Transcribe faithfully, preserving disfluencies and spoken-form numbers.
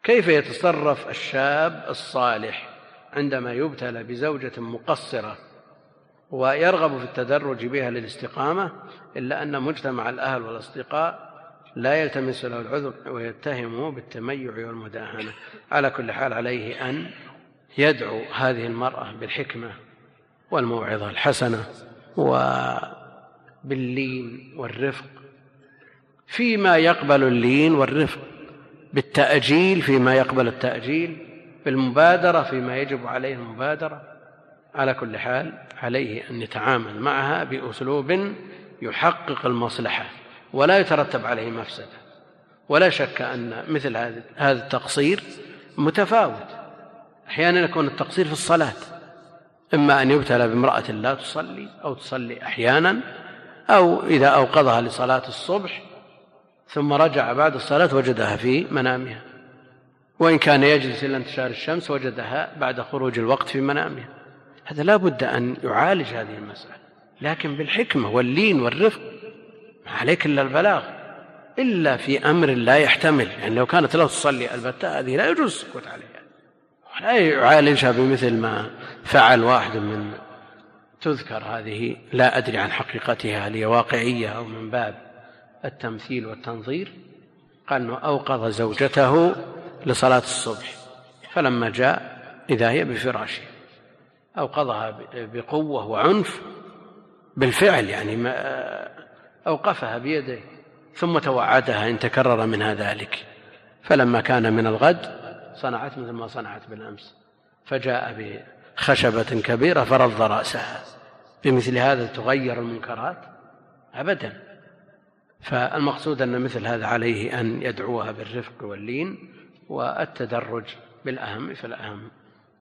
كيف يتصرف الشاب الصالح عندما يبتلى بزوجة مقصرة ويرغب في التدرج بها للاستقامة، إلا أن مجتمع الأهل والأصدقاء لا يلتمس له العذر ويتهمه بالتميع والمداهنة؟ على كل حال عليه أن يدعو هذه المرأة بالحكمة والموعظة الحسنة وباللين والرفق فيما يقبل اللين والرفق، بالتأجيل فيما يقبل التأجيل، بالمبادرة فيما يجب عليه المبادرة. على كل حال عليه أن يتعامل معها بأسلوب يحقق المصلحة ولا يترتب عليه مفسدة. ولا شك أن مثل هذا التقصير متفاوت، أحيانا يكون التقصير في الصلاة، إما أن يبتلى بامرأة لا تصلي أو تصلي أحيانا، أو إذا أوقظها لصلاة الصبح ثم رجع بعد الصلاة وجدها في منامها، وإن كان يجلس إلى انتشار الشمس وجدها بعد خروج الوقت في منامها. هذا لا بد أن يعالج هذه المسألة، لكن بالحكمة واللين والرفق، ما عليك إلا البلاغ، إلا في أمر لا يحتمل. يعني لو كانت لا تصلي البتة هذه لا يجوز السكوت عليها، لا يعالجها بمثل ما فعل واحد من تذكر هذه لا أدري عن حقيقتها هل هي واقعية أو من باب التمثيل والتنظير. قال أنه أوقظ زوجته لصلاة الصبح، فلما جاء إذا هي بفراشها أوقظها بقوة وعنف بالفعل، يعني أوقفها بيده ثم توعدها إن تكرر منها ذلك. فلما كان من الغد صنعت مثل ما صنعت بالأمس، فجاء بخشبة كبيرة فرض رأسها. بمثل هذا تغير المنكرات أبدا. فالمقصود أن مثل هذا عليه أن يدعوها بالرفق واللين والتدرج بالأهم فالأهم.